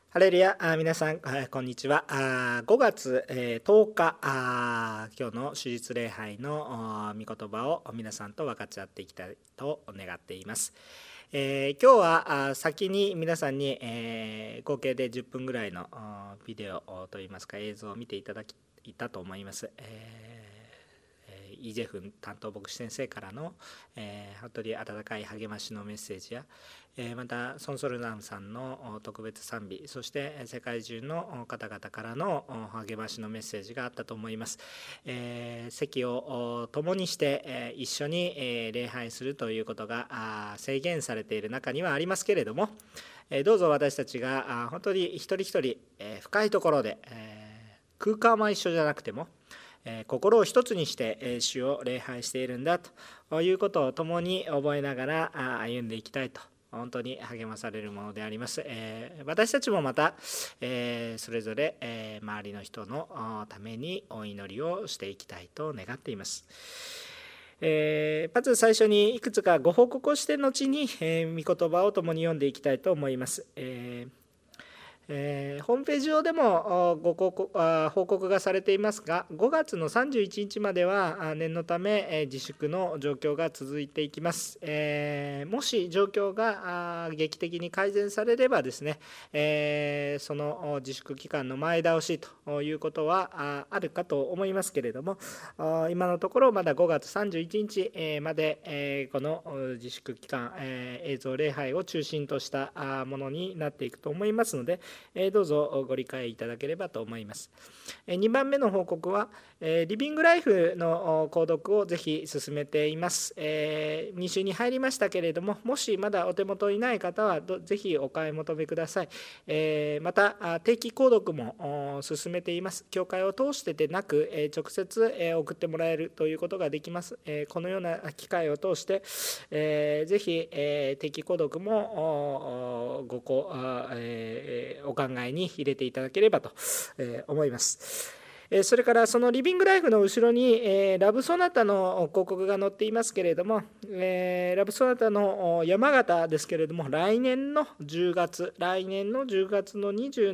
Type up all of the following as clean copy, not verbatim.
ハレルヤ、皆さん、こんにちは。5月、10日、今日の手術礼拝の御言葉を皆さんと分かち合っていきたいと願っています。今日は先に皆さんに、合計で10分ぐらいのビデオといいますか映像を見ていただいたと思います。イ・ジェフン担当牧師先生からの、本当に温かい励ましのメッセージや、またソン・ソルナムさんの特別賛美、そして世界中の方々からの励ましのメッセージがあったと思います。席を共にして一緒に礼拝するということが制限されている中にはありますけれども、どうぞ私たちが本当に一人一人深いところで空間は一緒じゃなくても心を一つにして主を礼拝しているんだということを共に覚えながら歩んでいきたいと本当に励まされるものであります。私たちもまたそれぞれ周りの人のためにお祈りをしていきたいと願っています。まず最初にいくつかご報告をして後に御言葉を共に読んでいきたいと思います。ホームページ上でも報告がされていますが、5月の31日までは念のため自粛の状況が続いていきます。もし状況が劇的に改善されればですね、その自粛期間の前倒しということはあるかと思いますけれども、今のところまだ5月31日までこの自粛期間映像礼拝を中心としたものになっていくと思いますので、どうぞご理解いただければと思います。2番目の報告は、リビングライフの購読をぜひ進めています。2週に入りましたけれども、もしまだお手元にない方はぜひお買い求めください。また定期購読も進めています。教会を通してでなく直接送ってもらえるということができます。このような機会を通してぜひ定期購読もお考えに入れていただければと思います。それからそのリビングライフの後ろにラブソナタの広告が載っていますけれども、ラブソナタの山形ですけれども、来年の10月の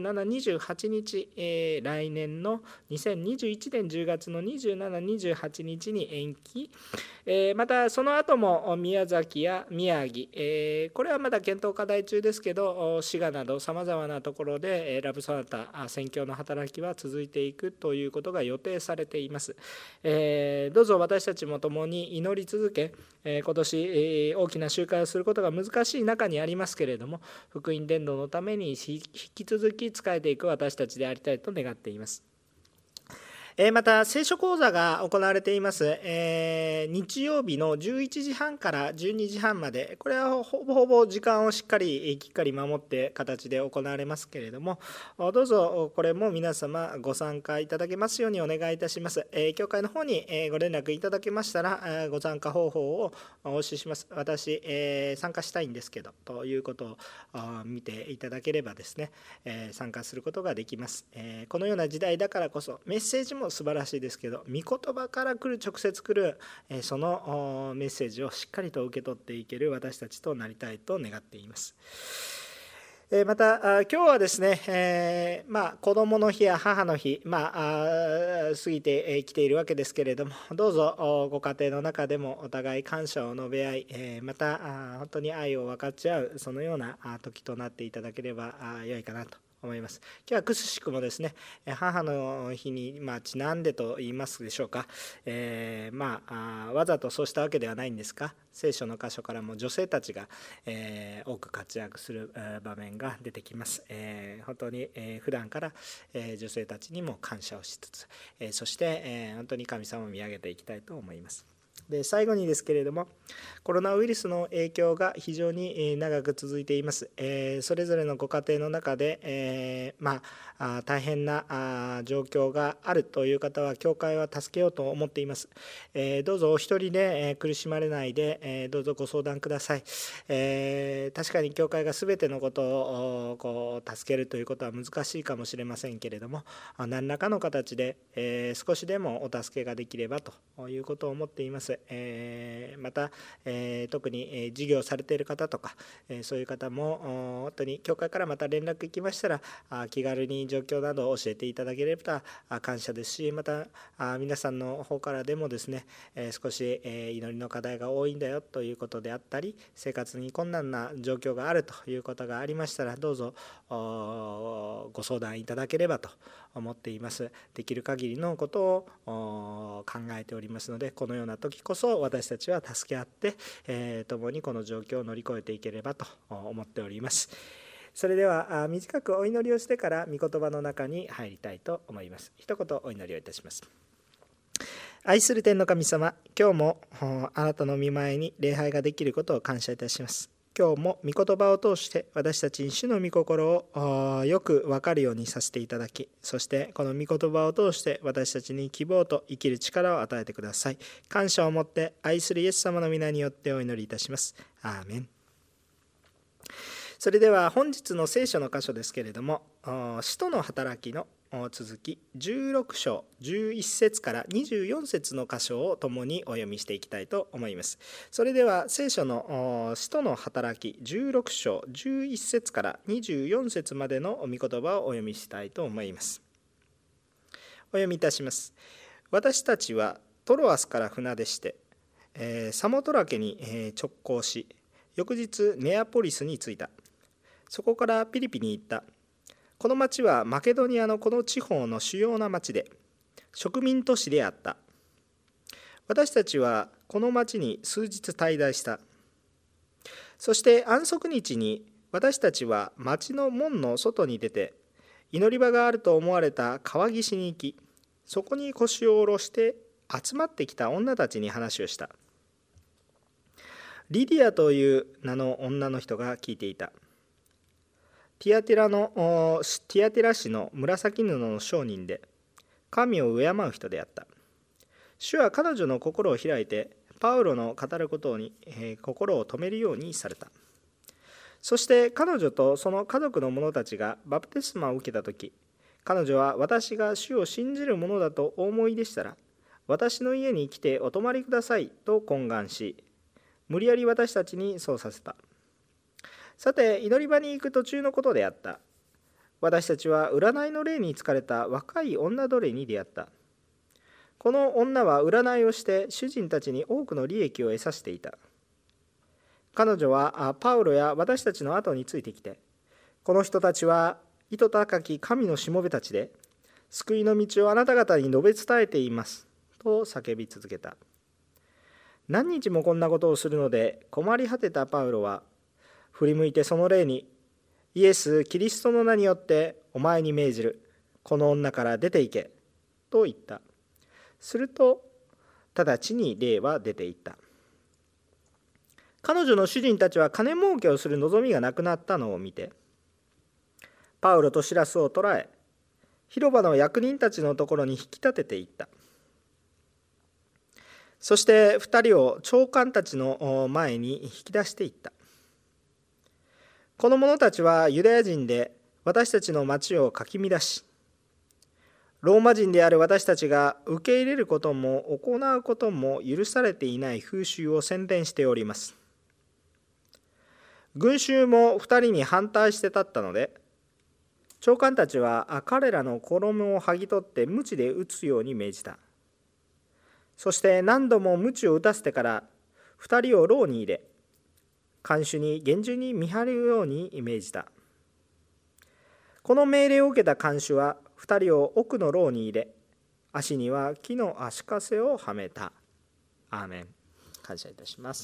27、28日、来年の2021年10月の27、28日に延期、またその後も宮崎や宮城、これはまだ検討課題中ですけど、滋賀などさまざまなところでラブソナタ宣教の働きは続いていくということが予定されています。どうぞ私たちも共に祈り続け、今年大きな集会をすることが難しい中にありますけれども、福音伝道のために引き続き仕えていく私たちでありたいと願っています。また聖書講座が行われています。日曜日の11時半から12時半まで、これはほぼほぼ時間をしっかり守って形で行われますけれども、どうぞこれも皆様ご参加いただけますようにお願いいたします。教会の方にご連絡いただけましたらご参加方法をお教えします。私参加したいんですけどということを見ていただければですね、参加することができます。このような時代だからこそメッセージも素晴らしいですけど、御言葉から直接来るそのメッセージをしっかりと受け取っていける私たちとなりたいと願っています。また今日はですね、子どもの日や母の日、過ぎてきているわけですけれども、どうぞご家庭の中でもお互い感謝を述べ合い、また本当に愛を分かち合うそのような時となっていただければ良いかなと思います。今日はくすしくもですね、母の日にちなんでと言いますでしょうか、わざとそうしたわけではないんですが、聖書の箇所からも女性たちが多く活躍する場面が出てきます。本当に普段から女性たちにも感謝をしつつ、そして本当に神様を見上げていきたいと思います。で最後にですけれども、コロナウイルスの影響が非常に長く続いています。それぞれのご家庭の中で、大変な状況があるという方は教会は助けようと思っています。どうぞお一人で苦しまれないでどうぞご相談ください。確かに教会が全てのことを助けるということは難しいかもしれませんけれども、何らかの形で少しでもお助けができればということを思っています。 。また、特に授業されている方とか、そういう方も本当に教会からまた連絡いきましたら、気軽に状況などを教えていただければ感謝ですし、また皆さんの方からでもですね、少し祈りの課題が多いんだよということであったり、生活に困難な状況があるということがありましたら、どうぞご相談いただければと思っています。できる限りのことを考えておりますので、このような時こそ私たちは助け合って、共にこの状況を乗り越えていければと思っております。それでは短くお祈りをしてから御言葉の中に入りたいと思います。一言お祈りをいたします。愛する天の神様、今日もあなたの御前に礼拝ができることを感謝いたします。今日も御言葉を通して私たちに主の御心をよく分かるようにさせていただき、そしてこの御言葉を通して私たちに希望と生きる力を与えてください。感謝を持って愛するイエス様の皆によってお祈りいたします。アーメン。それでは本日の聖書の箇所ですけれども、使徒の働きの続き16章11節から24節の箇所を共にお読みしていきたいと思います。それでは聖書の使徒の働き16章11節から24節までの御言葉をお読みしたいと思います。お読みいたします。私たちはトロアスから船出して、サモトラケに直行し、翌日ネアポリスに着いた。そこからピリピに行った。この町はマケドニアのこの地方の主要な町で、植民都市であった。私たちはこの町に数日滞在した。そして安息日に私たちは町の門の外に出て、祈り場があると思われた川岸に行き、そこに腰を下ろして集まってきた女たちに話をした。リディアという名の女の人が聞いていた。ティアティラ市の紫布の商人で、神を敬う人であった。主は彼女の心を開いて、パウロの語ることに心を止めるようにされた。そして彼女とその家族の者たちがバプテスマを受けたとき、彼女は私が主を信じるものだとお思いでしたら、私の家に来てお泊まりくださいと懇願し、無理やり私たちにそうさせた。さて、祈り場に行く途中のことであった。私たちは占いの霊に疲れた若い女奴隷に出会った。この女は占いをして主人たちに多くの利益を得させていた。彼女はパウロや私たちの後についてきて、この人たちは意図高き神のしもべたちで、救いの道をあなた方に述べ伝えていますと叫び続けた。何日もこんなことをするので困り果てたパウロは、振り向いてその霊に、イエス・キリストの名によってお前に命じる。この女から出て行け。と言った。すると、直ちに霊は出て行った。彼女の主人たちは金儲けをする望みがなくなったのを見て、パウロとシラスを捕らえ、広場の役人たちのところに引き立てていった。そして二人を長官たちの前に引き出していった。この者たちはユダヤ人で私たちの町をかき乱し、ローマ人である私たちが受け入れることも行うことも許されていない風習を宣伝しております。群衆も二人に反対して立ったので、長官たちは彼らの衣を剥ぎ取って鞭で打つように命じた。そして何度も鞭を打たせてから二人を牢に入れ、看守に厳重に見張るように命じた。この命令を受けた看守は二人を奥の牢に入れ、足には木の足かせをはめた。アーメン。感謝いたします。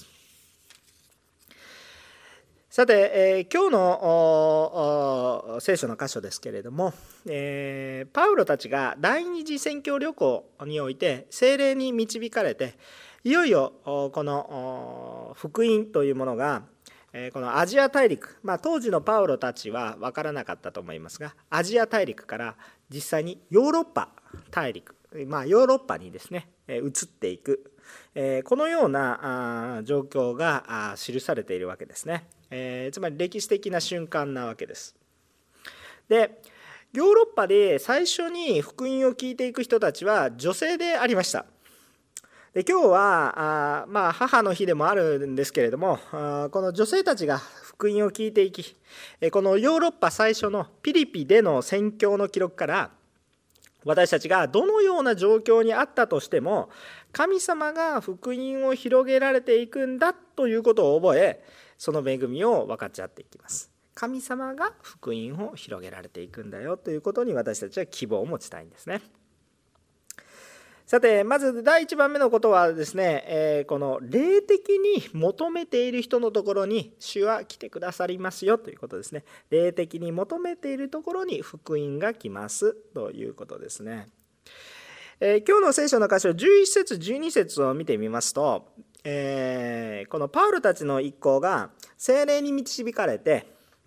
さて、今日の聖書の箇所ですけれども、パウロたちが第二次宣教旅行において聖霊に導かれて、いよいよこの福音というものがこのアジア大陸、当時のパウロたちは分からなかったと思いますが、アジア大陸から実際にヨーロッパ大陸、ヨーロッパにですね移っていく、このような状況が記されているわけですね。つまり歴史的な瞬間なわけです。で、ヨーロッパで最初に福音を聞いていく人たちは女性でありました。 で今日は母の日でもあるんですけれども、この女性たちが福音を聞いていき、このヨーロッパ最初のピリピでの宣教の記録から、私たちがどのような状況にあったとしても、神様が福音を広げられていくんだということを覚え、その恵みを分かち合っていきます。神様が福音を広げられていくんだよということに、私たちは希望を持ちたいんですね。さて、まず第1番目のことはですね、この霊的に求めている人のところに主は来てくださりますよということですね。霊的に求めているところに福音が来ますということですね。今日の聖書の箇所11節12節を見てみますと、このパウロたちの一行が聖霊に導かれて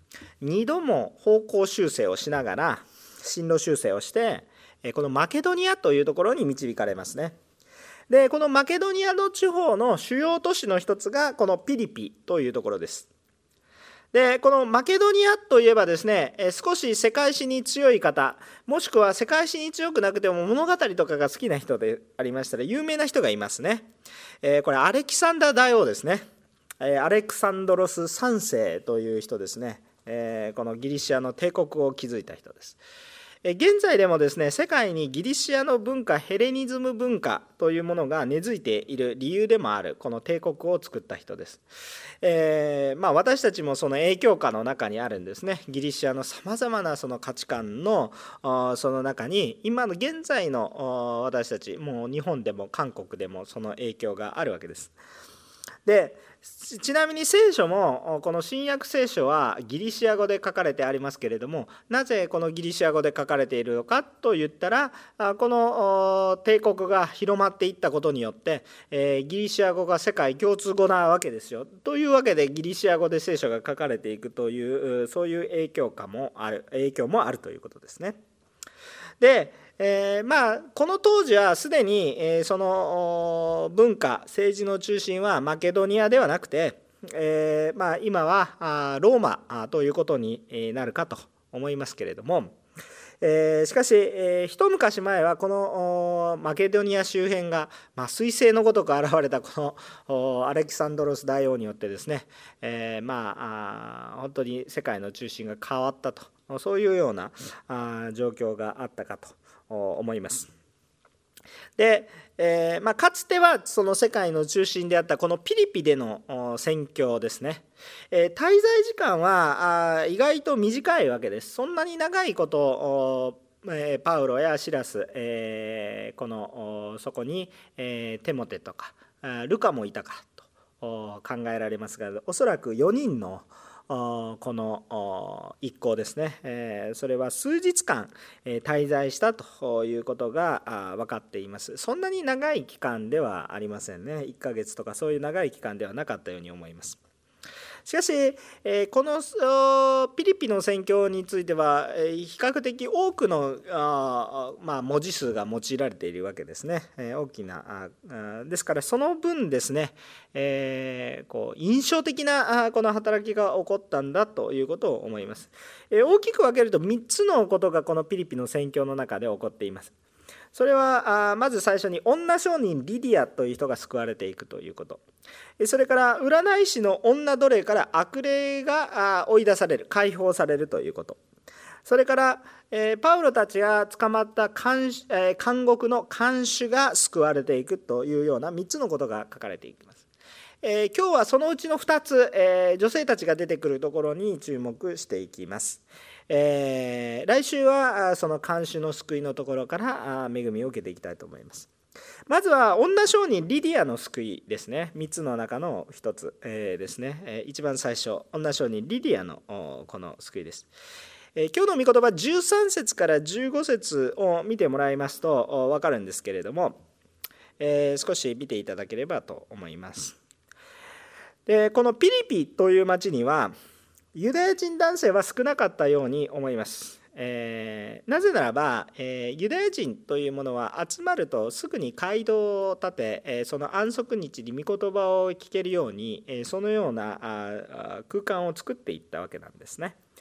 2度も方向修正をしながら進路修正をして、このマケドニアというところに導かれますね。でこのマケドニアの地方の主要都市の一つがこのピリピというところです。でこのマケドニアといえばですね、少し世界史に強い方、もしくは世界史に強くなくても物語とかが好きな人でありましたら有名な人がいますね。これアレキサンダー大王ですね。アレクサンドロス3世という人ですね。このギリシアの帝国を築いた人です。現在でもですね、世界にギリシアの文化、ヘレニズム文化というものが根付いている理由でもあるこの帝国を作った人です。私たちもその影響下の中にあるんですね。ギリシアのさまざまなその価値観のその中に今の現在の私たち、もう日本でも韓国でもその影響があるわけです。でちなみに聖書もこの新約聖書はギリシア語で書かれてありますけれども、なぜこのギリシア語で書かれているのかといったら、この帝国が広まっていったことによってギリシア語が世界共通語なわけですよ。というわけでギリシア語で聖書が書かれていくという、そういう影響もあるということですね。でこの当時はすでにその文化政治の中心はマケドニアではなくて、今はローマということになるかと思いますけれども、しかし一昔前はこのマケドニア周辺が彗星のごとく現れたこのアレキサンドロス大王によってですね、本当に世界の中心が変わったと、そういうような状況があったかと思います。でかつてはその世界の中心であったこのピリピでの宣教ですね、滞在時間は意外と短いわけです。そんなに長いことパウロやシラス、そこにテモテとかルカもいたかと考えられますが、おそらく4人のこの一行ですね、それは数日間滞在したということが分かっています。そんなに長い期間ではありませんね。1ヶ月とかそういう長い期間ではなかったように思います。しかしこのピリピの宣教については比較的多くの文字数が用いられているわけですね。大きなですからその分ですね、印象的なこの働きが起こったんだということを思います。大きく分けると3つのことがこのピリピの宣教の中で起こっています。それはまず最初に女商人リディアという人が救われていくということ、それから占い師の女奴隷から悪霊が追い出される、解放されるということ、それからパウロたちが捕まった監獄の看守が救われていくというような3つのことが書かれていきます。今日はそのうちの2つ、女性たちが出てくるところに注目していきます。来週はその看守の救いのところから恵みを受けていきたいと思います。まずは女商人リディアの救いですね。3つの中の1つですね。一番最初、女商人リディアのこの救いです。今日の御言葉13節から15節を見てもらいますと分かるんですけれども、少し見ていただければと思います。でこのピリピという町にはユダヤ人男性は少なかったように思います。なぜならば、ユダヤ人というものは集まるとすぐに街道を建て、その安息日に御言葉を聞けるように、そのような空間を作っていったわけなんですね。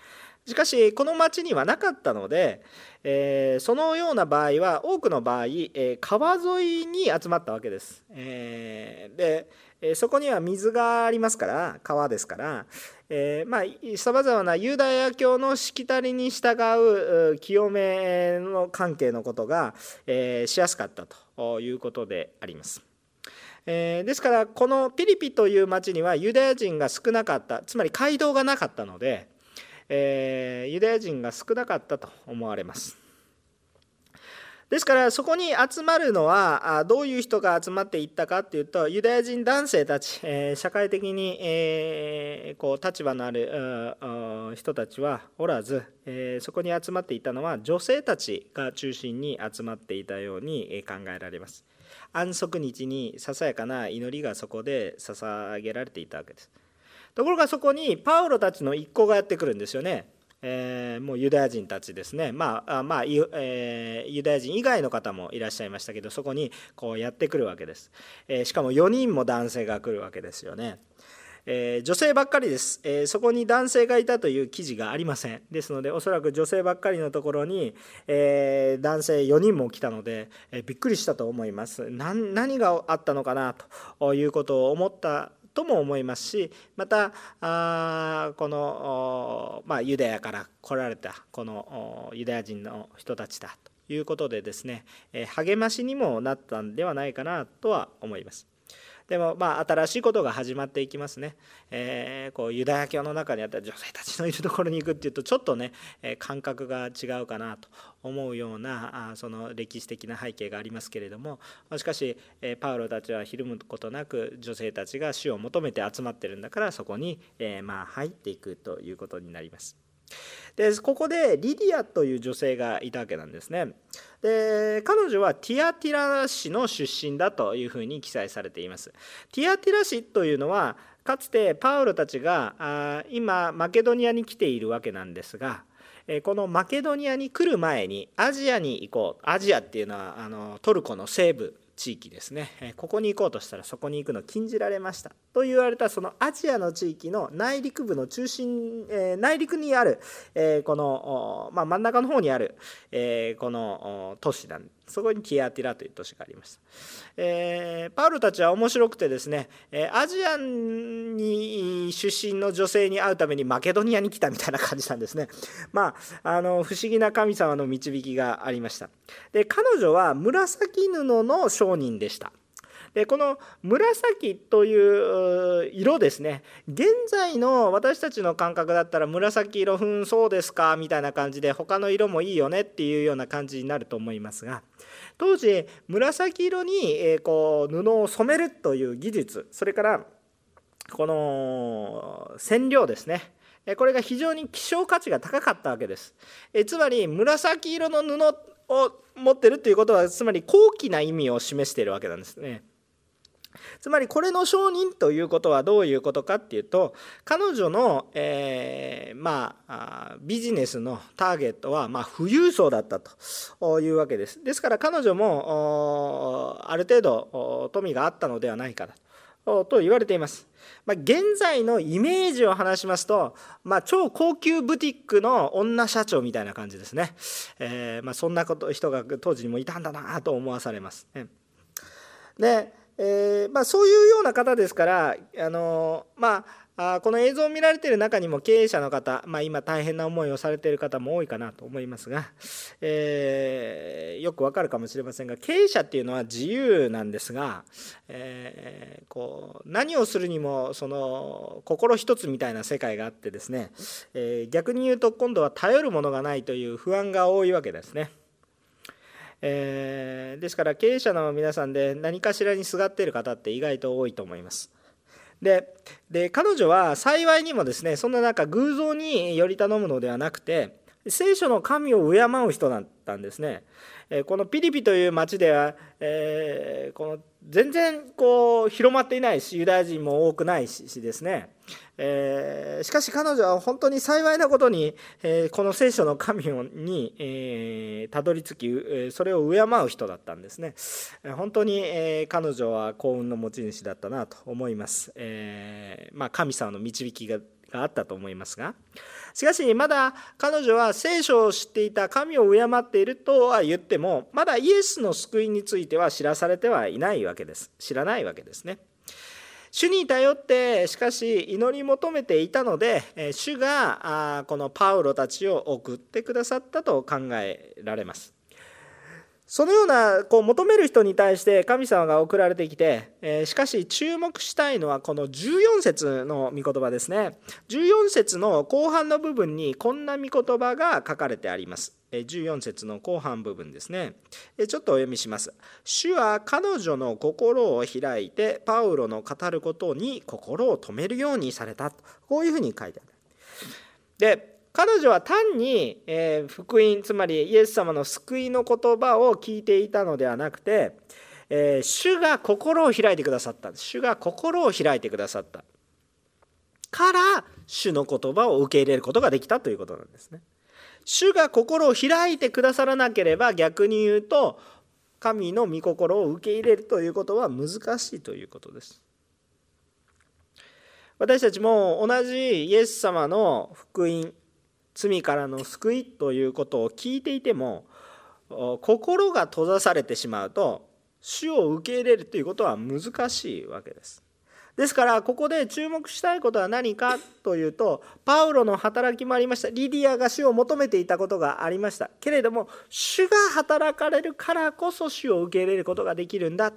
しかしこの町にはなかったので、そのような場合は多くの場合、川沿いに集まったわけです。でそこには水がありますから、川ですから、さまざまなユダヤ教のしきたりに従う清めの関係のことが、しやすかったということであります。ですからこのピリピという町にはユダヤ人が少なかった、つまり街道がなかったので、ユダヤ人が少なかったと思われます。ですからそこに集まるのはどういう人が集まっていったかというと、ユダヤ人男性たち、社会的に立場のある人たちはおらず、そこに集まっていたのは女性たちが中心に集まっていたように考えられます。安息日にささやかな祈りがそこで捧げられていたわけです。ところがそこにパウロたちの一行がやってくるんですよね。もうユダヤ人たちですね。ユダヤ人以外の方もいらっしゃいましたけど、そこにこうやってくるわけです。しかも4人も男性が来るわけですよね。女性ばっかりです。そこに男性がいたという記事がありません。ですのでおそらく女性ばっかりのところに、男性4人も来たので、びっくりしたと思います。何があったのかなということを思ったとも思いますし、またこの、ユダヤから来られたこのユダヤ人の人たちだということでですね、励ましにもなったんではないかなとは思います。でも新しいことが始まっていきますね。こうユダヤ教の中にあった女性たちのいるところに行くっていうとちょっとね、感覚が違うかなと思うようなその歴史的な背景がありますけれども、しかしパウロたちはひるむことなく女性たちが主を求めて集まってるんだから、そこに入っていくということになります。でここでリディアという女性がいたわけなんですね。で彼女はティアティラ市の出身だというふうに記載されています。ティアティラ市というのはかつてパウロたちが今マケドニアに来ているわけなんですが、このマケドニアに来る前にアジアに行こう。アジアっていうのはトルコの西部地域ですね。ここに行こうとしたらそこに行くの禁じられましたと言われた、そのアジアの地域の内陸部の中心、内陸にある、この、真ん中の方にある、この都市なんです。そこにティアティラという都市がありました。パウロたちは面白くてですね、アジアに出身の女性に会うためにマケドニアに来たみたいな感じなんですね。不思議な神様の導きがありました。で彼女は紫布の商人でした。でこの紫という色ですね、現在の私たちの感覚だったら紫色、そうですかみたいな感じで他の色もいいよねっていうような感じになると思いますが、当時紫色にこう布を染めるという技術、それからこの染料ですね、これが非常に希少価値が高かったわけです。つまり紫色の布を持ってるということは、つまり高貴な意味を示しているわけなんですね。つまりこれの商人ということはどういうことかっていうと、彼女の、ビジネスのターゲットは富裕層だったというわけです。ですから彼女もある程度富があったのではないかと言われています。現在のイメージを話しますと、超高級ブティックの女社長みたいな感じですね。そんな人が当時にもいたんだなと思わされます。でそういうような方ですから、この映像を見られている中にも経営者の方、今大変な思いをされている方も多いかなと思いますが、よくわかるかもしれませんが、経営者っていうのは自由なんですが、何をするにもその心一つみたいな世界があってですね、逆に言うと今度は頼るものがないという不安が多いわけですね。ですから経営者の皆さんで何かしらにすがっている方って意外と多いと思います。で彼女は幸いにもですね、そんな中偶像により頼むのではなくて、聖書の神を敬う人だったんですね。このピリピという町では、この全然広まっていないし、ユダヤ人も多くないしですね、しかし彼女は本当に幸いなことに、この聖書の神にたどり着き、それを敬う人だったんですね。本当に彼女は幸運の持ち主だったなと思います。神様の導きががあったと思いますが、しかしまだ彼女は聖書を知っていた、神を敬っているとは言っても、まだイエスの救いについては知らされてはいないわけです。知らないわけですね。主に頼ってしかし祈り求めていたので、主がこのパウロたちを送ってくださったと考えられます。そのような求める人に対して神様が送られてきて、しかし注目したいのはこの14節の御言葉ですね。14節の後半の部分にこんな御言葉が書かれてあります。14節の後半部分ですね。ちょっとお読みします。主は彼女の心を開いてパウロの語ることに心を止めるようにされた。こういうふうに書いてある。で、彼女は単に福音、つまりイエス様の救いの言葉を聞いていたのではなくて、主が心を開いてくださった。主が心を開いてくださったから主の言葉を受け入れることができたということなんですね。主が心を開いてくださらなければ、逆に言うと神の御心を受け入れるということは難しいということです。私たちも同じイエス様の福音、罪からの救いということを聞いていても、心が閉ざされてしまうと主を受け入れるということは難しいわけです。ですからここで注目したいことは何かというと、パウロの働きもありました。リディアが主を求めていたことがありましたけれども、主が働かれるからこそ主を受け入れることができるんだ。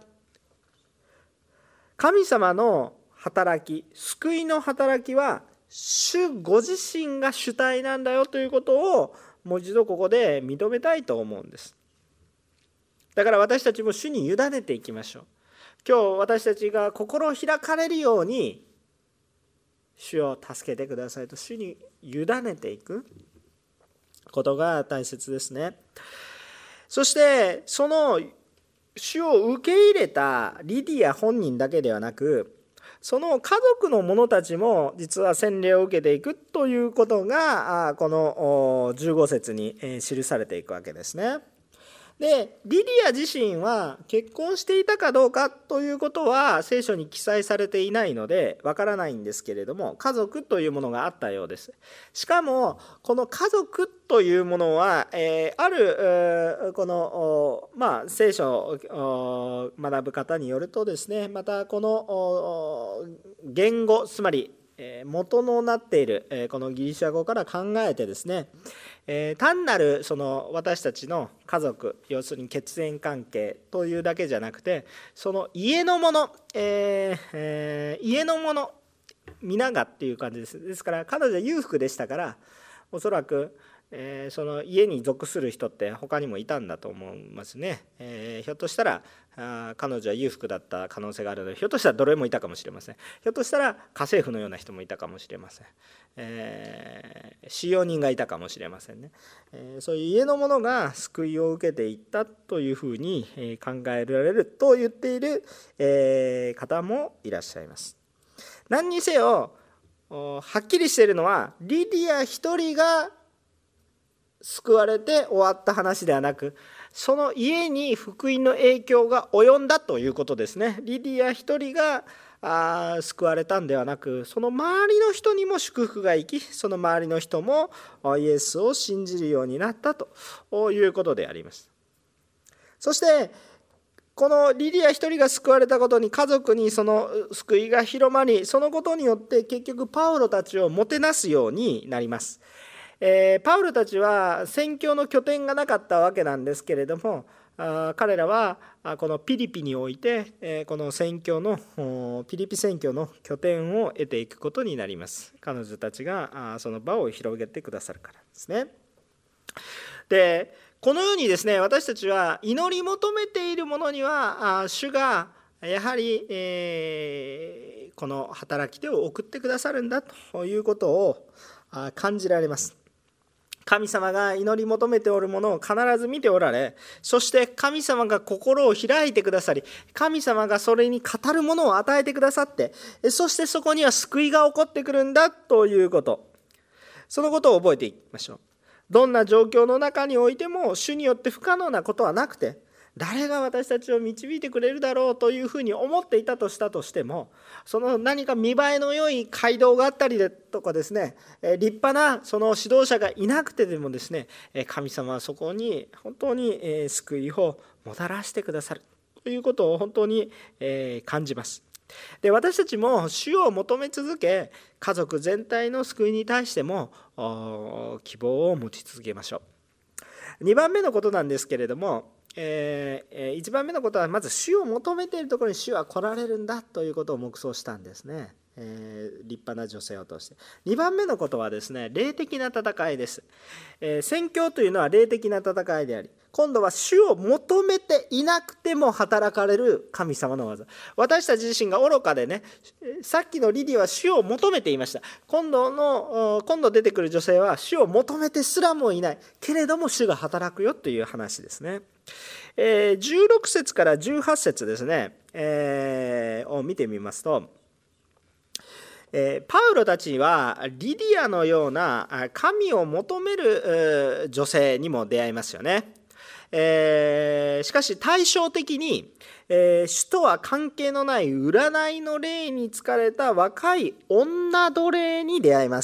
神様の働き、救いの働きは主ご自身が主体なんだよということをもう一度ここで認めたいと思うんです。だから私たちも主に委ねていきましょう。今日私たちが心を開かれるように、主を助けてくださいと主に委ねていくことが大切ですね。そしてその主を受け入れたリディア本人だけではなく、その家族の者たちも実は洗礼を受けていくということがこの15節に記されていくわけですね。で、リディア自身は結婚していたかどうかということは聖書に記載されていないのでわからないんですけれども、家族というものがあったようです。しかもこの家族というものは、あるこの、聖書を学ぶ方によるとですね、またこの言語、つまり元のなっているこのギリシャ語から考えてですね、単なるその私たちの家族、要するに血縁関係というだけじゃなくて、その家のもの、家のもの皆がっていう感じです。ですから彼女は裕福でしたから、おそらくその家に属する人って他にもいたんだと思いますね。ひょっとしたら彼女は裕福だった可能性があるので、ひょっとしたら奴隷もいたかもしれません。ひょっとしたら家政婦のような人もいたかもしれません。使用人がいたかもしれませんね。そういう家の者が救いを受けていったというふうに考えられると言っている方もいらっしゃいます。何にせよはっきりしているのは、リディア一人が救われて終わった話ではなく、その家に福音の影響が及んだということですね。リディア一人が救われたんではなく、その周りの人にも祝福が行き、その周りの人もイエスを信じるようになったということであります。そしてこのリディア一人が救われたことに、家族にその救いが広まり、そのことによって結局パウロたちをもてなすようになります。パウロたちは宣教の拠点がなかったわけなんですけれども、彼らはこのピリピにおいてこの宣教のピリピ宣教の拠点を得ていくことになります。彼女たちがその場を広げてくださるからですね。で、このようにですね、私たちは祈り求めているものには主がやはりこの働き手を送ってくださるんだということを感じられます。神様が祈り求めておるものを必ず見ておられ、そして神様が心を開いてくださり、神様がそれに語るものを与えてくださって、そしてそこには救いが起こってくるんだということ、そのことを覚えていきましょう。どんな状況の中においても主によって不可能なことはなくて、 誰が私たちを導いてくれるだろうというふうに思っていたとしたとしても、その何か見栄えの良い街道があったりとかですね、立派なその指導者がいなくてでもですね、神様はそこに本当に救いをもたらしてくださるということを本当に感じます。で、私たちも主を求め続け、家族全体の救いに対しても希望を持ち続けましょう。2番目のことなんですけれども、1番目のことはまず主を求めているところに主は来られるんだということを黙想したんですね。立派な女性を通して。2番目のことはですね、霊的な戦いです。宣教というのは霊的な戦いであり、今度は主を求めていなくても働かれる神様の技。私たち自身が愚かでね、さっきのリディは主を求めていました。今度出てくる女性は主を求めてすらもいないけれども主が働くよという話ですね。16節から18節ですね、を見てみますと、パウロたちはリディアのような神を求める女性にも出会いますよね。しかし対照的に、主とは関係のない占いの霊に疲れた若い女奴隷に出会います。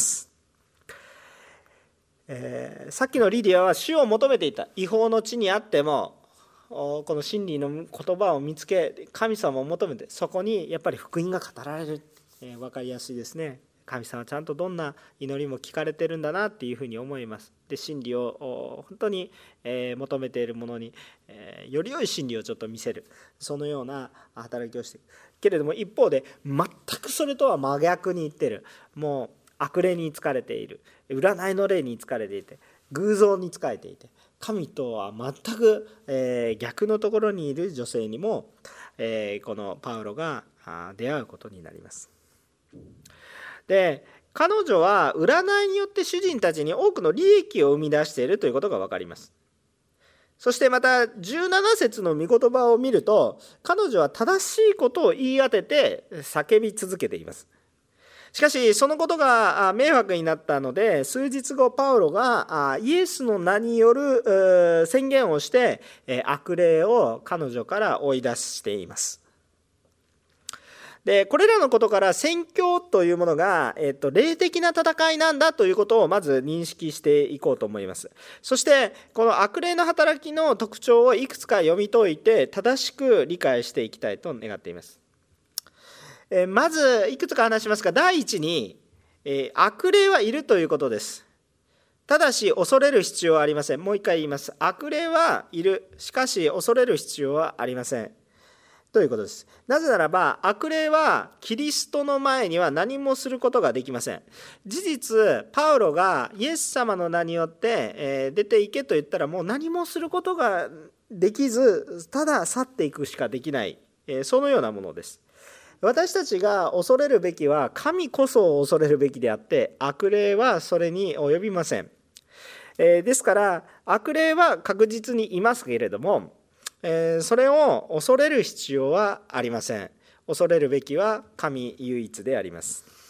さっきのリディアは主を求めていた。違法の地にあってもこの真理の言葉を見つけ、神様を求めて、そこにやっぱり福音が語られる。分かりやすいですね。神様はちゃんとどんな祈りも聞かれてるんだなっていうふうに思います。で、真理を本当に求めているものにより良い真理をちょっと見せる、そのような働きをしているけれども、一方で全くそれとは真逆に言ってる。もう悪霊に疲れている、占いの霊に疲れていて、偶像に仕えていて、神とは全く逆のところにいる女性にもこのパウロが出会うことになります。で、彼女は占いによって主人たちに多くの利益を生み出しているということが分かります。そしてまた17節の御言葉を見ると、彼女は正しいことを言い当てて叫び続けています。しかしそのことが迷惑になったので、数日後パウロがイエスの名による宣言をして悪霊を彼女から追い出しています。で、これらのことから宣教というものが、霊的な戦いなんだということをまず認識していこうと思います。そしてこの悪霊の働きの特徴をいくつか読み解いて正しく理解していきたいと願っています。まずいくつか話しますが、第一に悪霊はいるということです。ただし恐れる必要はありません。もう一回言います。悪霊はいる。しかし恐れる必要はありませんということです。なぜならば悪霊はキリストの前には何もすることができません。事実パウロがイエス様の名によって出ていけと言ったら、もう何もすることができず、ただ去っていくしかできない、そのようなものです。私たちが恐れるべきは神こそを恐れるべきであって、悪霊はそれに及びません。ですから悪霊は確実にいますけれども、それを恐れる必要はありません。恐れるべきは神唯一であります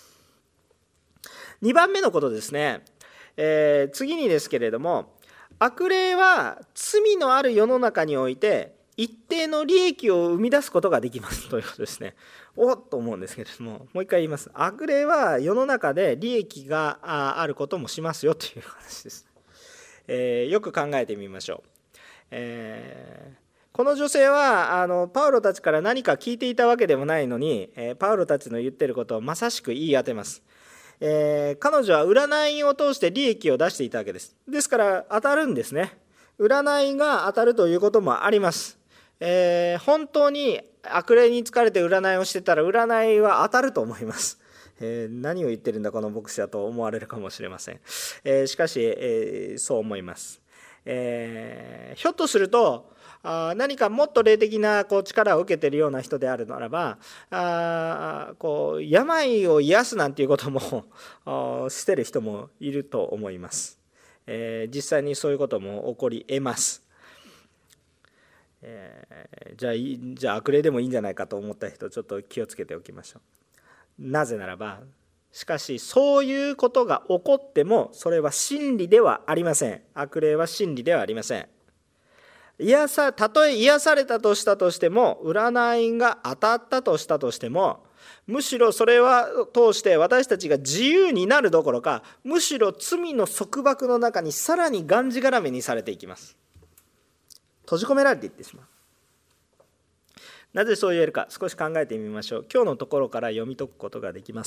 。2番目のことですね。次にですけれども、悪霊は罪のある世の中において一定の利益を生み出すことができますということですね。おっと思うんですけれども、もう一回言います。悪霊は世の中で利益があることもしますよという話です。よく考えてみましょう。この女性はパウロたちから何か聞いていたわけでもないのに、パウロたちの言っていることをまさしく言い当てます。彼女は占いを通して利益を出していたわけです。ですから当たるんですね。占いが当たるということもあります。本当に悪霊に疲れて占いをしてたら占いは当たると思います。何を言ってるんだこの牧師だと思われるかもしれません。しかし、そう思います。ひょっとすると何かもっと霊的な力を受けているような人であるならば、病を癒すなんていうこともしてる人もいると思います。実際にそういうことも起こり得ます。じゃあ悪霊でもいいんじゃないかと思った人、ちょっと気をつけておきましょう。なぜならば、しかしそういうことが起こってもそれは真理ではありません。悪霊は真理ではありません。 たとえ癒されたとしたとしても、占いが当たったとしたとしても、むしろそれは通して私たちが自由になるどころか、むしろ罪の束縛の中にさらにがんじがらめにされていきます。閉じ込められていってしまう。なぜそう言えるか、少し考えてみましょう。今日のところから読み解くことができます。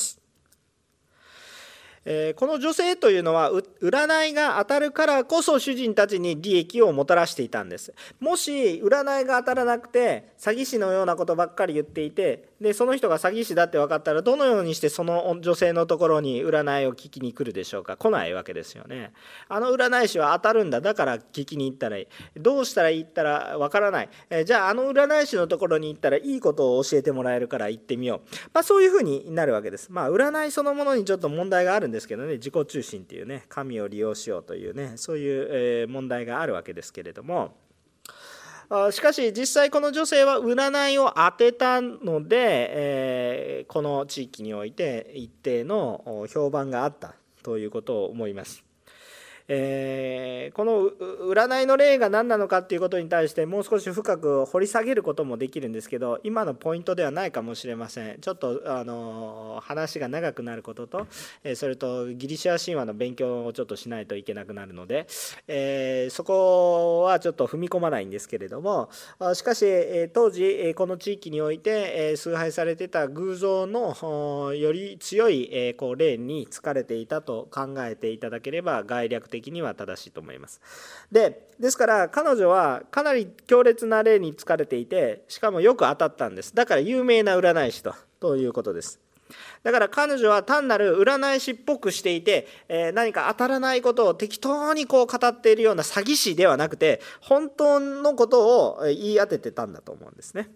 この女性というのは占いが当たるからこそ主人たちに利益をもたらしていたんです。もし占いが当たらなくて詐欺師のようなことばっかり言っていて、でその人が詐欺師だって分かったら、どのようにしてその女性のところに占いを聞きに来るでしょうか。来ないわけですよね。あの占い師は当たるんだ、だから聞きに行ったらいい。どうしたらいいったら分からない。じゃああの占い師のところに行ったらいいことを教えてもらえるから行ってみよう。そういうふうになるわけです。占いそのものにちょっと問題があるんですけどね、自己中心っていうね、神を利用しようというね、そういう問題があるわけですけれども、しかし実際この女性は占いを当てたので、この地域において一定の評判があったということを思います。この占いの例が何なのかっていうことに対してもう少し深く掘り下げることもできるんですけど、今のポイントではないかもしれません。ちょっと話が長くなることと、それとギリシャ神話の勉強をちょっとしないといけなくなるので、そこはちょっと踏み込まないんですけれども、しかし当時この地域において崇拝されていた偶像のより強い霊に疲れていたと考えていただければ概略的には正しいと思います。ですから彼女はかなり強烈な霊に疲れていて、しかもよく当たったんです。だから有名な占い師ということです。だから彼女は単なる占い師っぽくしていて、何か当たらないことを適当に語っているような詐欺師ではなくて、本当のことを言い当ててたんだと思うんですね。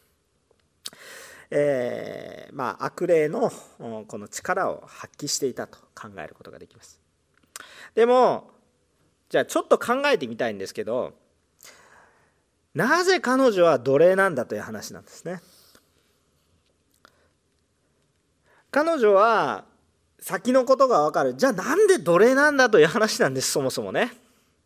悪霊のこの力を発揮していたと考えることができます。でもじゃあちょっと考えてみたいんですけど、なぜ彼女は奴隷なんだという話なんですね。彼女は先のことが分かる。じゃあなんで奴隷なんだという話なんです、そもそもね。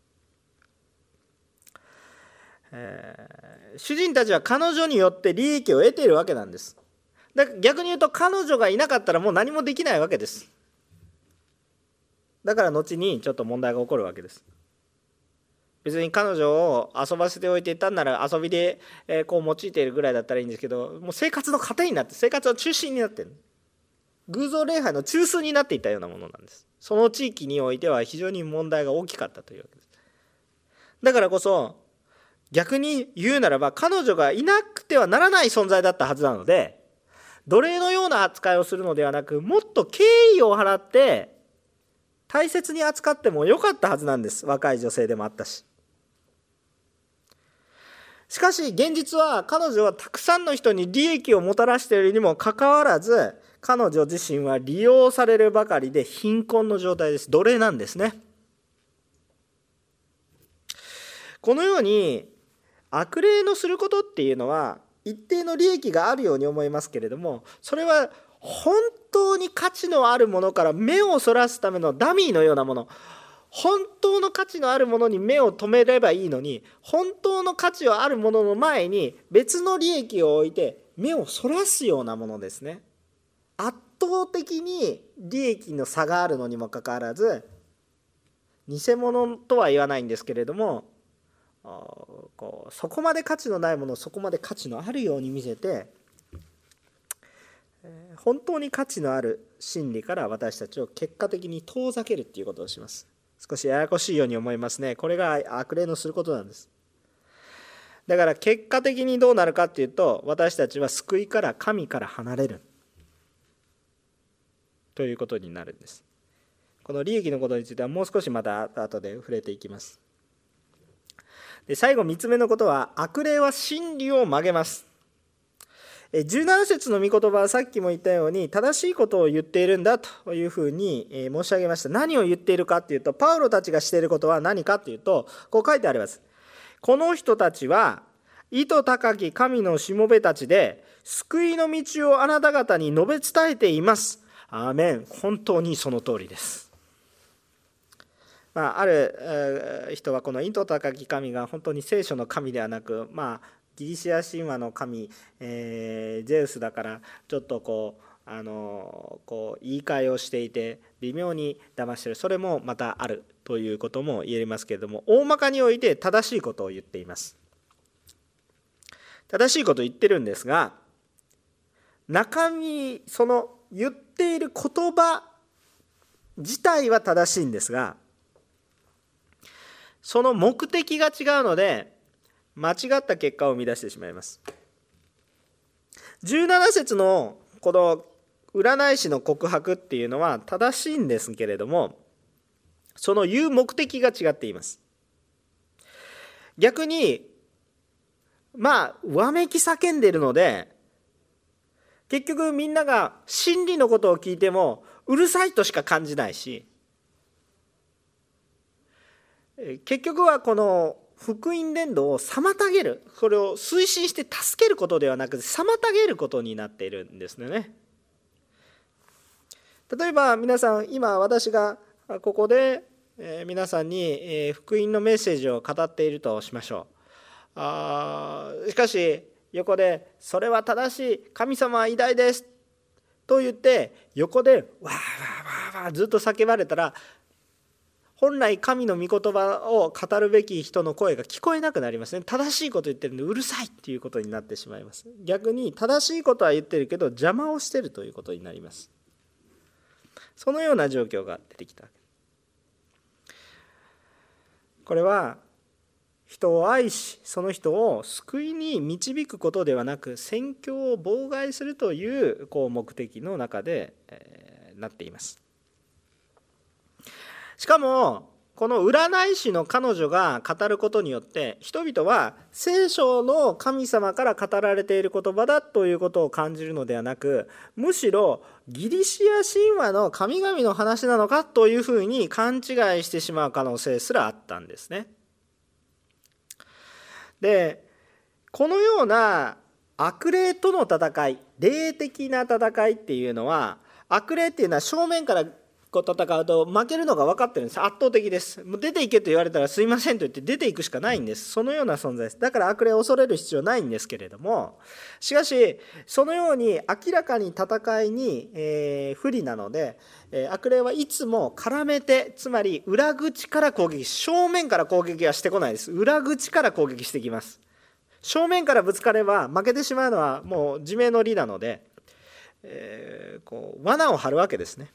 主人たちは彼女によって利益を得ているわけなんです。だから逆に言うと彼女がいなかったらもう何もできないわけです。だから後にちょっと問題が起こるわけです。別に彼女を遊ばせておいてたんなら遊びで用いているぐらいだったらいいんですけど、もう生活の糧になって、生活の中心になっている、偶像礼拝の中枢になっていたようなものなんです。その地域においては非常に問題が大きかったというわけです。だからこそ逆に言うならば、彼女がいなくてはならない存在だったはずなので、奴隷のような扱いをするのではなく、もっと敬意を払って大切に扱ってもよかったはずなんです。若い女性でもあったし。しかし現実は、彼女はたくさんの人に利益をもたらしているにもかかわらず、彼女自身は利用されるばかりで貧困の状態です。奴隷なんですね。このように悪霊のすることっていうのは一定の利益があるように思いますけれども、それは本当に価値のあるものから目をそらすためのダミーのようなもの、本当の価値のあるものに目を留めればいいのに、本当の価値のあるものの前に別の利益を置いて目をそらすようなものですね。圧倒的に利益の差があるのにもかかわらず、偽物とは言わないんですけれども、そこまで価値のないものをそこまで価値のあるように見せて、本当に価値のある真理から私たちを結果的に遠ざけるっていうことをします。少しややこしいように思いますね。これが悪霊のすることなんです。だから結果的にどうなるかっていうと、私たちは救いから神から離れるということになるんです。この利益のことについてはもう少しまた後で触れていきます。で最後3つ目のことは、悪霊は真理を曲げます。17節の御言葉はさっきも言ったように正しいことを言っているんだというふうに申し上げました。何を言っているかというと、パウロたちがしていることは何かというと、こう書いてあります。この人たちは意図高き神のしもべたちで、救いの道をあなた方に述べ伝えています。アーメン。本当にその通りです。 ある人はこの糸高き神が本当に聖書の神ではなく、ギリシア神話の神、ゼウスだからちょっとこう言い換えをしていて微妙に騙している、それもまたあるということも言えますけれども、大まかにおいて正しいことを言っています。正しいことを言ってるんですが、中身、その言っている言葉自体は正しいんですが、その目的が違うので間違った結果を生み出してしまいます。17節のこの占い師の告白っていうのは正しいんですけれども、その言う目的が違っています。逆にわめき叫んでいるので、結局みんなが真理のことを聞いてもうるさいとしか感じないし、結局はこの福音伝道を妨げる、これを推進して助けることではなく妨げることになっているんですね。例えば皆さん、今私がここで皆さんに福音のメッセージを語っているとしましょう。しかし横でそれは正しい、神様は偉大ですと言って横でわーわーわーわーずっと叫ばれたら、本来神の御言葉を語るべき人の声が聞こえなくなりますね。正しいこと言ってるんでうるさいっていうことになってしまいます。逆に正しいことは言ってるけど邪魔をしているということになります。そのような状況が出てきた。これは人を愛し、その人を救いに導くことではなく、宣教を妨害するという目的の中でなっています。しかもこの占い師の彼女が語ることによって、人々は聖書の神様から語られている言葉だということを感じるのではなく、むしろギリシア神話の神々の話なのかというふうに勘違いしてしまう可能性すらあったんですね。で、このような悪霊との戦い、霊的な戦いっていうのは、悪霊っていうのは正面から戦うと負けるのが分かってるんです。圧倒的です。もう出ていけと言われたらすいませんと言って出ていくしかないんです。そのような存在です。だから悪霊を恐れる必要ないんですけれども、しかしそのように明らかに戦いに不利なので、悪霊はいつも絡めて、つまり裏口から攻撃、正面から攻撃はしてこないです。裏口から攻撃してきます。正面からぶつかれば負けてしまうのはもう自明の理なので、罠を張るわけですね。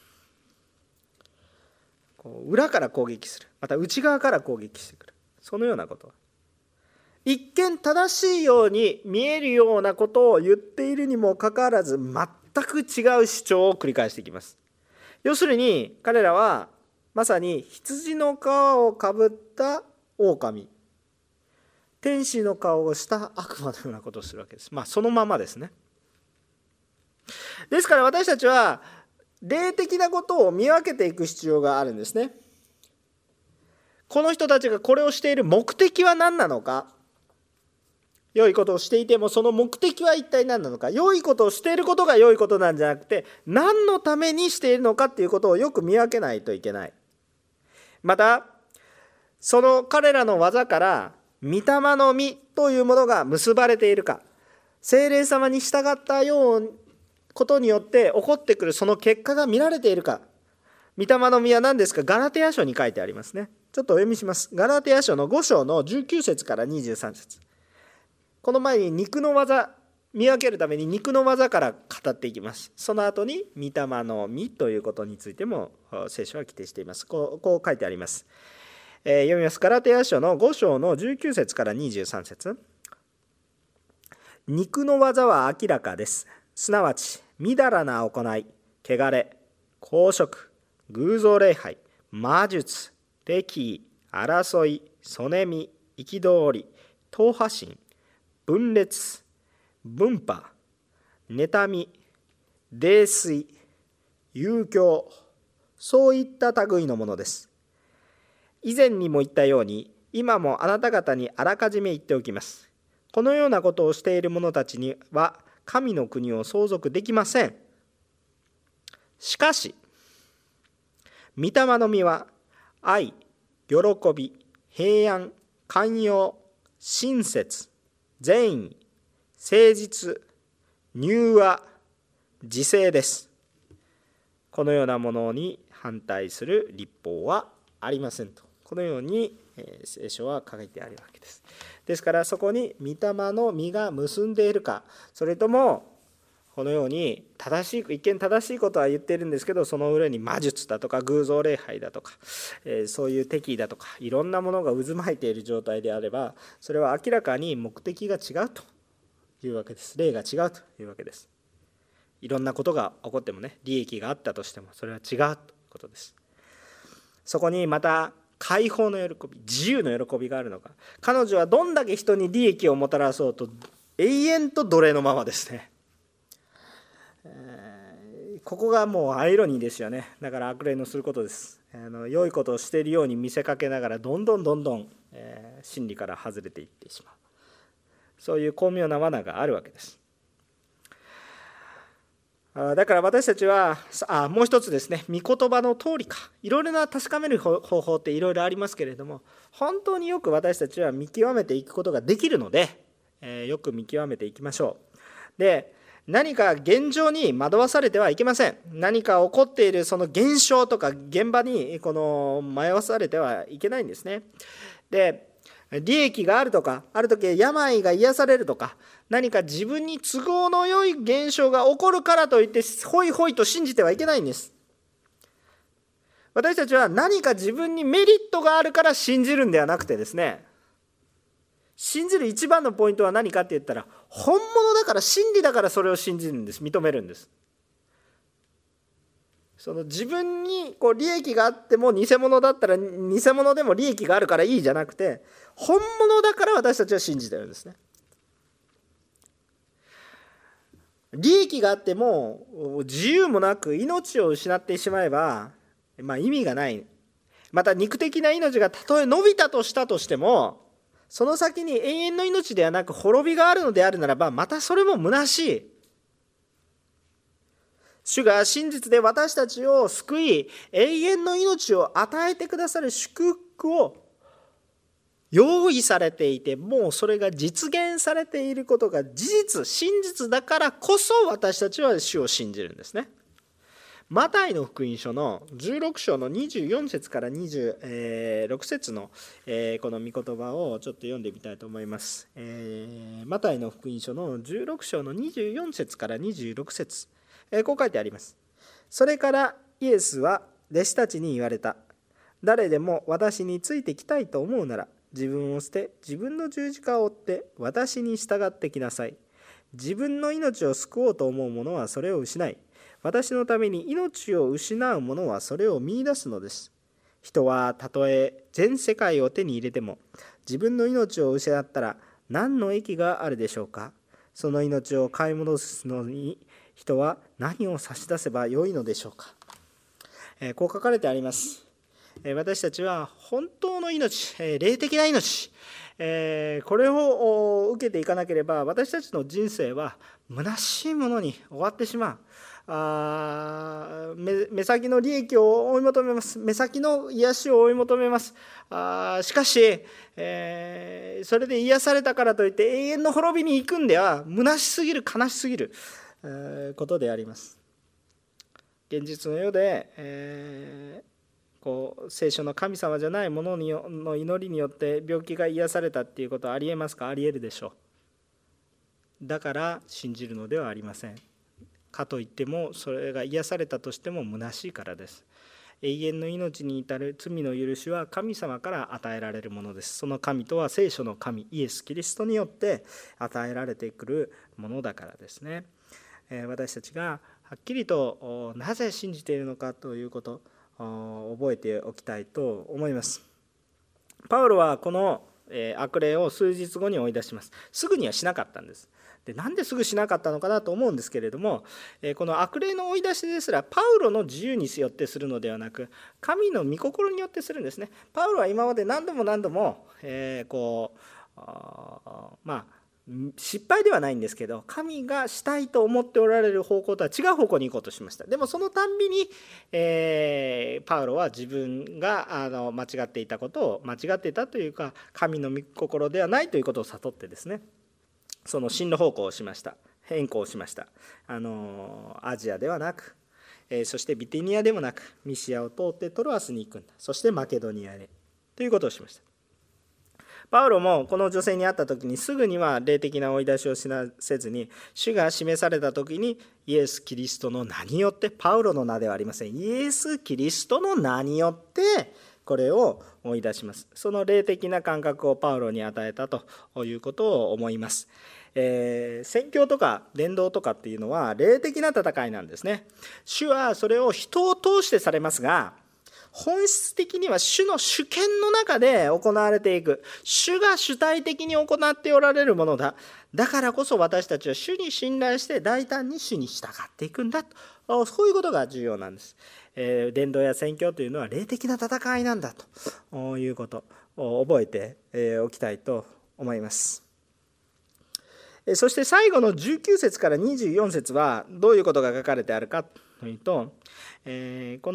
裏から攻撃する、また内側から攻撃してくる、そのようなこと、一見正しいように見えるようなことを言っているにもかかわらず、全く違う主張を繰り返していきます。要するに彼らはまさに羊の皮をかぶった狼、天使の顔をした悪魔のようなことをするわけです。そのままですね。ですから私たちは霊的なことを見分けていく必要があるんですね。この人たちがこれをしている目的は何なのか、良いことをしていてもその目的は一体何なのか、良いことをしていることが良いことなんじゃなくて、何のためにしているのかっていうことをよく見分けないといけない。またその彼らの技から御霊の実というものが結ばれているか、聖霊様に従ったようことによって起こってくるその結果が見られているか。御霊の実は何ですか。ガラテヤ書に書いてありますね。ちょっとお読みします。ガラテヤ書の5章の19節から23節。この前に肉の技、見分けるために肉の技から語っていきます。その後に御霊の実ということについても聖書は規定しています。こう書いてあります。読みます。ガラテヤ書の5章の19節から23節。肉の技は明らかです。すなわちみだらな行い、汚れ、公職、偶像礼拝、魔術、敵意、争い、そねみ、憤り、党派心、分裂、分派、妬み、泥酔、遊興、そういった類のものです。以前にも言ったように、今もあなた方にあらかじめ言っておきます。このようなことをしている者たちには神の国を相続できません。しかし御霊の実は愛、喜び、平安、寛容、親切、善意、誠実、柔和、自制です。このようなものに反対する律法はありませんと、このように聖書は書いてあるわけです。ですからそこに御霊の実が結んでいるか、それともこのように一見正しいことは言っているんですけど、その上に魔術だとか偶像礼拝だとか、そういう敵意だとかいろんなものが渦巻いている状態であれば、それは明らかに目的が違うというわけです。例が違うというわけです。いろんなことが起こってもね、利益があったとしてもそれは違うということです。そこにまた解放の喜び、自由の喜びがあるのか。彼女はどんだけ人に利益をもたらそうと永遠と奴隷のままですね。ここがもうアイロニーですよね。だから悪霊のすることです。良いことをしているように見せかけながらどんどん真理から外れていってしまう、そういう巧妙な罠があるわけです。だから私たちはもう一つですね、御言葉の通りか、いろいろな確かめる方法っていろいろありますけれども、本当によく私たちは見極めていくことができるので、よく見極めていきましょう。で、何か現状に惑わされてはいけません。何か起こっているその現象とか現場に迷わされてはいけないんですね。で、利益があるとか、ある時病が癒されるとか、何か自分に都合の良い現象が起こるからといってホイホイと信じてはいけないんです。私たちは何か自分にメリットがあるから信じるんではなくてですね、信じる一番のポイントは何かって言ったら、本物だから、真理だからそれを信じるんです。認めるんです。その自分に利益があっても偽物だったら偽物でも利益があるからいいじゃなくて、本物だから私たちは信じてるんですね。利益があっても自由もなく命を失ってしまえば、意味がない。また肉的な命がたとえ伸びたとしたとしても、その先に永遠の命ではなく滅びがあるのであるならば、またそれも虚しい。主が真実で私たちを救い、永遠の命を与えてくださる祝福を用意されていて、もうそれが実現されていることが事実、真実だからこそ私たちは主を信じるんですね。マタイの福音書の16章の24節から26節のこの御言葉をちょっと読んでみたいと思います。マタイの福音書の16章の24節から26節、こう書いてあります。それからイエスは弟子たちに言われた。誰でも私についてきたいと思うなら、自分を捨て自分の十字架を追って私に従ってきなさい。自分の命を救おうと思う者はそれを失い、私のために命を失う者はそれを見出すのです。人はたとえ全世界を手に入れても、自分の命を失ったら何の益があるでしょうか。その命を買い戻すのに人は何を差し出せばよいのでしょうか。こう書かれてあります。私たちは本当の命、霊的な命、これを受けていかなければ、私たちの人生は虚しいものに終わってしまう。目先の利益を追い求めます。目先の癒しを追い求めます。しかし、それで癒されたからといって永遠の滅びに行くんでは虚しすぎる、悲しすぎることであります。現実の世で、聖書の神様じゃないものの祈りによって病気が癒されたっていうことはありえますか。ありえるでしょう。だから信じるのではありません。かといってもそれが癒されたとしても虚しいからです。永遠の命に至る罪の許しは神様から与えられるものです。その神とは聖書の神イエス・キリストによって与えられてくるものだからですね。私たちがはっきりとなぜ信じているのかということを覚えておきたいと思います。パウロはこの悪霊を数日後に追い出します。すぐにはしなかったんです。で、なんですぐしなかったのかなと思うんですけれども、この悪霊の追い出しですらパウロの自由によってするのではなく、神の御心によってするんですね。パウロは今まで何度も失敗ではないんですけど、神がしたいと思っておられる方向とは違う方向に行こうとしました。でもそのたんびに、パウロは自分が間違っていたことを、間違っていたというか、神の御心ではないということを悟ってですね、その進路方向をしました。変更しました。アジアではなく、そしてビティニアでもなく、ミシアを通ってトロアスに行くんだ。そしてマケドニアへということをしました。パウロもこの女性に会った時にすぐには霊的な追い出しをせずに、主が示された時にイエス・キリストの名によって、パウロの名ではありません、イエス・キリストの名によってこれを追い出します。その霊的な感覚をパウロに与えたということを思います。宣教とか伝道とかっていうのは霊的な戦いなんですね。主はそれを人を通してされますが、本質的には主の主権の中で行われていく、主が主体的に行っておられるものだ。だからこそ私たちは主に信頼して大胆に主に従っていくんだと、そういうことが重要なんです。伝道や宣教というのは霊的な戦いなんだということを覚えておきたいと思います。そして最後の19節から24節はどういうことが書かれてあるかというと、こ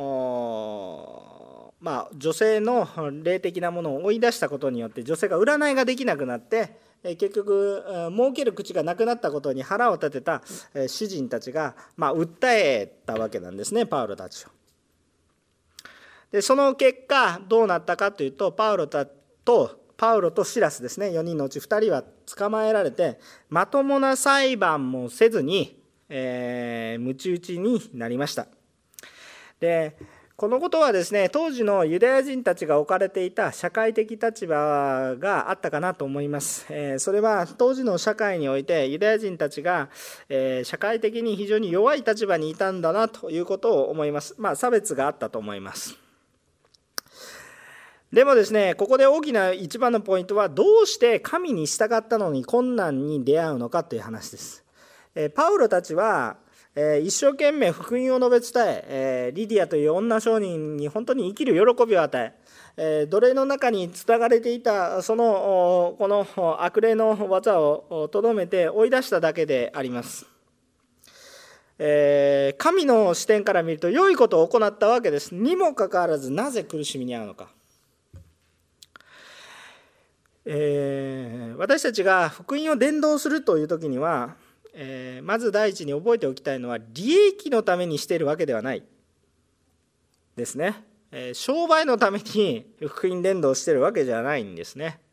の、女性の霊的なものを追い出したことによって女性が占いができなくなって、結局儲ける口がなくなったことに腹を立てた主人たちが訴えたわけなんですね、パウロたちを。でその結果どうなったかというと、パウロとシラスですね、4人のうち2人は捕まえられて、まともな裁判もせずに鞭打ちになりました。でこのことはですね、当時のユダヤ人たちが置かれていた社会的立場があったかなと思います。それは当時の社会においてユダヤ人たちが社会的に非常に弱い立場にいたんだなということを思います。差別があったと思います。でもですね、ここで大きな一番のポイントは、どうして神に従ったのに困難に出会うのかという話です。パウロたちは一生懸命福音を述べ伝え、リディアという女商人に本当に生きる喜びを与え、奴隷の中につながれていたこの悪霊の技をとどめて追い出しただけであります。神の視点から見ると良いことを行ったわけです。にもかかわらず、なぜ苦しみに遭うのか。私たちが福音を伝道するという時には、まず第一に覚えておきたいのは、利益のためにしているわけではないですね。商売のために福音伝道しているわけじゃないんですね。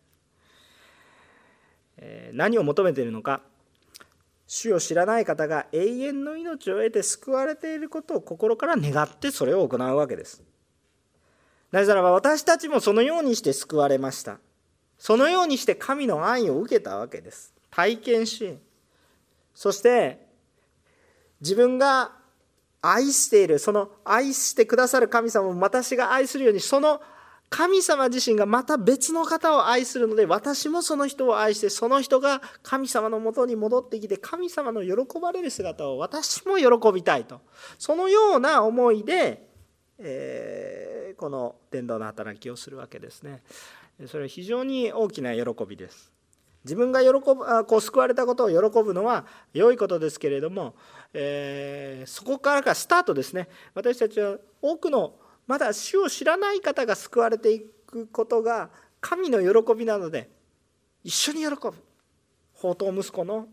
何を求めているのか、主を知らない方が永遠の命を得て救われていることを心から願ってそれを行うわけです。なぜならば、私たちもそのようにして救われました。そのようにして神の愛を受けたわけです。体験し、そして自分が愛している、その愛してくださる神様を私が愛するように、その神様自身がまた別の方を愛するので、私もその人を愛して、その人が神様のもとに戻ってきて神様の喜ばれる姿を私も喜びたいと、そのような思いで、この伝道の働きをするわけですね。それは非常に大きな喜びです。自分が救われたことを喜ぶのは良いことですけれども、そこからがスタートですね。私たちは多くのまだ主を知らない方が救われていくことが神の喜びなので、一緒に喜ぶ。放蕩息子の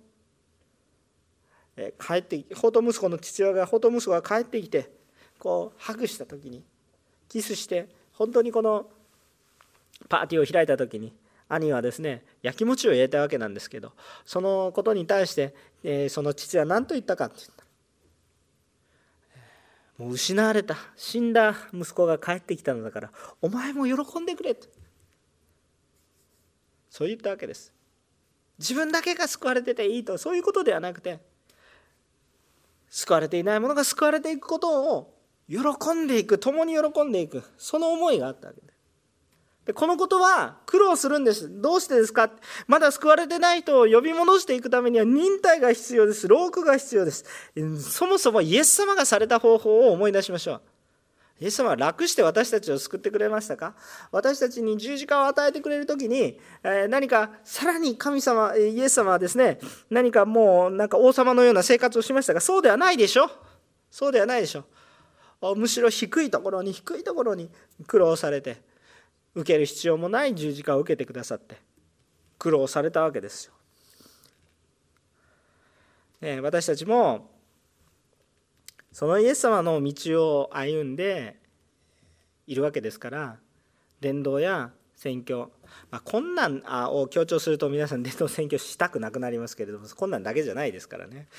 父親が放蕩息子が帰ってきて、こうハグした時に、キスして、本当にこのパーティーを開いた時に、兄はですね、やきもちを入れたわけなんですけど、そのことに対して、その父は何と言ったかって言ったら、もう失われた死んだ息子が帰ってきたのだから、お前も喜んでくれと、そう言ったわけです。自分だけが救われてていいと、そういうことではなくて、救われていない者が救われていくことを喜んでいく、共に喜んでいく、その思いがあったわけです。でこのことは苦労するんです。どうしてですか。まだ救われてない人を呼び戻していくためには忍耐が必要です。労苦が必要です。そもそもイエス様がされた方法を思い出しましょイエス様は楽して私たちを救ってくれましたか？私たちに十字架を与えてくれるときに、何かさらに神様、イエス様はですね、何かもうなんか王様のような生活をしましたが、そうではないでしょ。そうではないでしょ。むしろ低いところに苦労されて、受ける必要もない十字架を受けてくださって苦労されたわけですよ。私たちもそのイエス様の道を歩んでいるわけですから、伝道や宣教、困難を強調すると皆さん伝道宣教したくなくなりますけれども、困難だけじゃないですからね。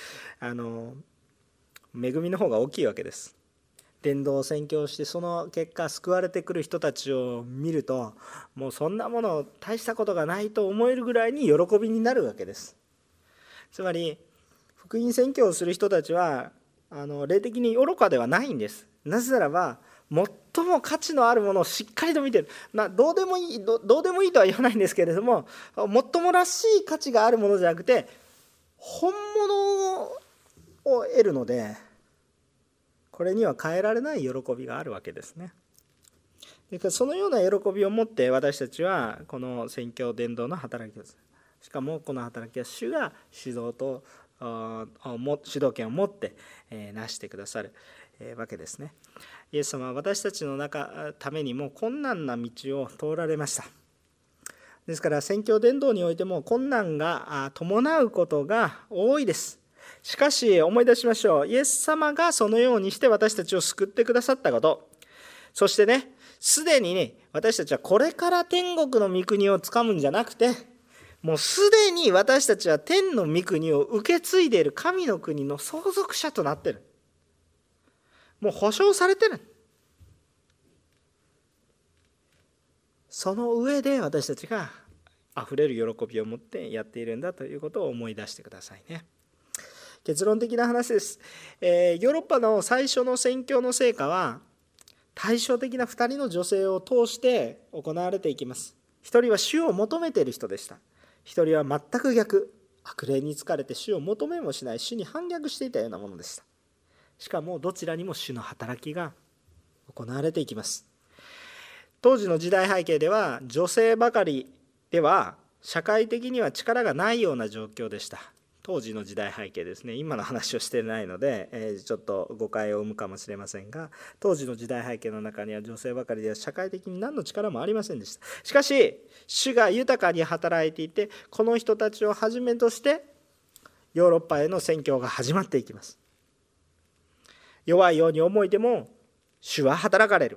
恵みの方が大きいわけです。伝道を宣教してその結果救われてくる人たちを見ると、もうそんなもの大したことがないと思えるぐらいに喜びになるわけです。つまり福音宣教をする人たちは霊的に愚かではないんです。なぜならば最も価値のあるものをしっかりと見ている。どうでもいいとは言わないんですけれども、最もらしい価値があるものじゃなくて本物を得るので、これには変えられない喜びがあるわけですね。そのような喜びを持って私たちはこの宣教伝道の働きです。しかもこの働きは主が主導権を持ってなしてくださるわけですね。イエス様は私たちのためにも困難な道を通られました。ですから宣教伝道においても困難が伴うことが多いです。しかし思い出しましょう。イエス様がそのようにして私たちを救ってくださったこと、そしてね、すでに私たちはこれから天国の御国をつかむんじゃなくて、もうすでに私たちは天の御国を受け継いでいる神の国の相続者となっている。もう保証されている。その上で私たちがあふれる喜びを持ってやっているんだということを思い出してくださいね。結論的な話です。ヨーロッパの最初の宣教の成果は対照的な2人の女性を通して行われていきます。一人は主を求めている人でした。一人は全く逆、悪霊に疲れて主を求めもしない、主に反逆していたようなものでした。しかもどちらにも主の働きが行われていきます。当時の時代背景では女性ばかりでは社会的には力がないような状況でした。当時の時代背景ですね。今の話をしていないので、ちょっと誤解を生むかもしれませんが、当時の時代背景の中には女性ばかりでは社会的に何の力もありませんでした。しかし主が豊かに働いていて、この人たちをはじめとしてヨーロッパへの宣教が始まっていきます。弱いように思いても主は働かれる。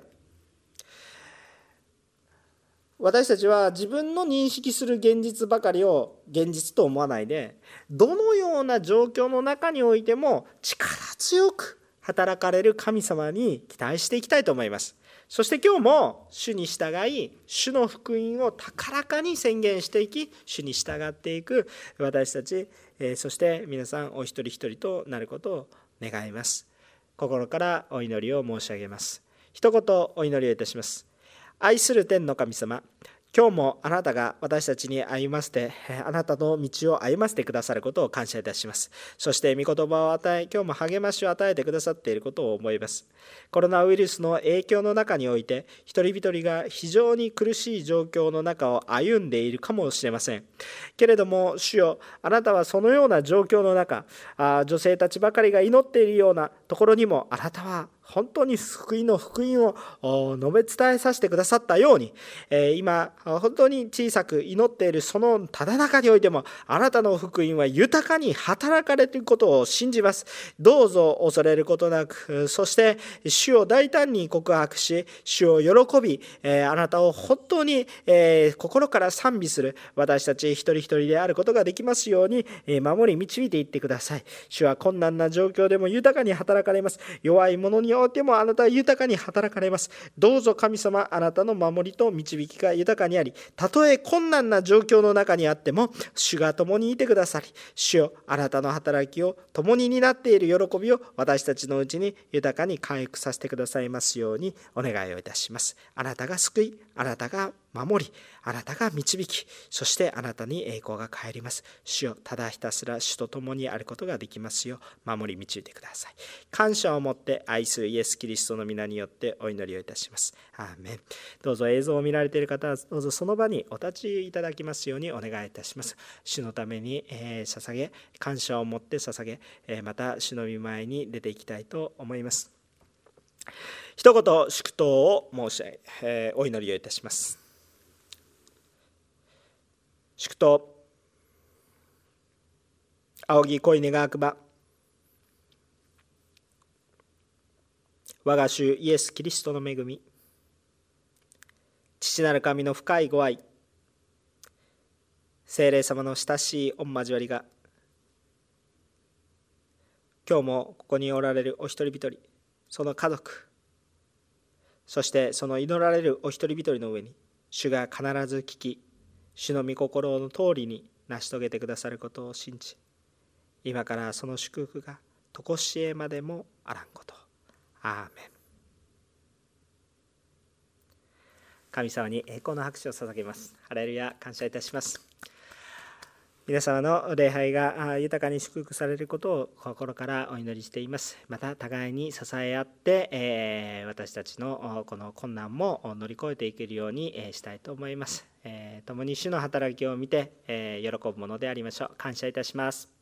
私たちは自分の認識する現実ばかりを現実と思わないで、どのような状況の中においても力強く働かれる神様に期待していきたいと思います。そして今日も主に従い、主の福音を高らかに宣言していき、主に従っていく私たち、そして皆さんお一人一人となることを願います。心からお祈りを申し上げます。一言お祈りをいたします。愛する天の神様、今日もあなたが私たちに歩ませて、あなたの道を歩ませてくださることを感謝いたします。そして御言葉を与え、今日も励ましを与えてくださっていることを思います。コロナウイルスの影響の中において、一人一人が非常に苦しい状況の中を歩んでいるかもしれません。けれども主よ、あなたはそのような状況の中、女性たちばかりが祈っているようなところにも、あなたは本当に福音を述べ伝えさせてくださったように、今本当に小さく祈っているそのただ中においても、あなたの福音は豊かに働かれていることを信じます。どうぞ恐れることなく、そして主を大胆に告白し、主を喜び、あなたを本当に心から賛美する私たち一人一人であることができますように、守り導いていってください。主は困難な状況でも豊かに働かれます。弱い者においてもあなたは豊かに働かれます。どうぞ神様、あなたの守りと導きが豊かにあり、たとえ困難な状況の中にあっても主が共にいてくださり、主よ、あなたの働きを共に担っている喜びを私たちのうちに豊かに回復させてくださいますようにお願いをいたします。あなたが救い、あなたが守り、あなたが導き、そしてあなたに栄光が返ります。主よ、ただひたすら主と共にあることができますよう守り導いてください。感謝を持って愛するイエス・キリストの皆によってお祈りをいたします。アーメン。どうぞ映像を見られている方はどうぞその場にお立ちいただきますようにお願いいたします。主のために捧げ、感謝を持って捧げ、また主の御前に出ていきたいと思います。一言祝祷を申し上げ、お祈りをいたします。祝祷。仰ぎ恋願わくば、我が主イエス・キリストの恵み、父なる神の深いご愛、聖霊様の親しい御交わりが、今日もここにおられるお一人一人、その家族、そしてその祈られるお一人一人の上に、主が必ず聞き、主の御心の通りに成し遂げてくださることを信じ、今からその祝福がとこしえまでもあらんこと。アーメン。神様に栄光の拍手を捧げます。ハレルヤ、感謝いたします。皆様の礼拝が豊かに祝福されることを心からお祈りしています。また互いに支え合って、私たちのこの困難も乗り越えていけるようにしたいと思います。共に主の働きを見て喜ぶものでありましょう。感謝いたします。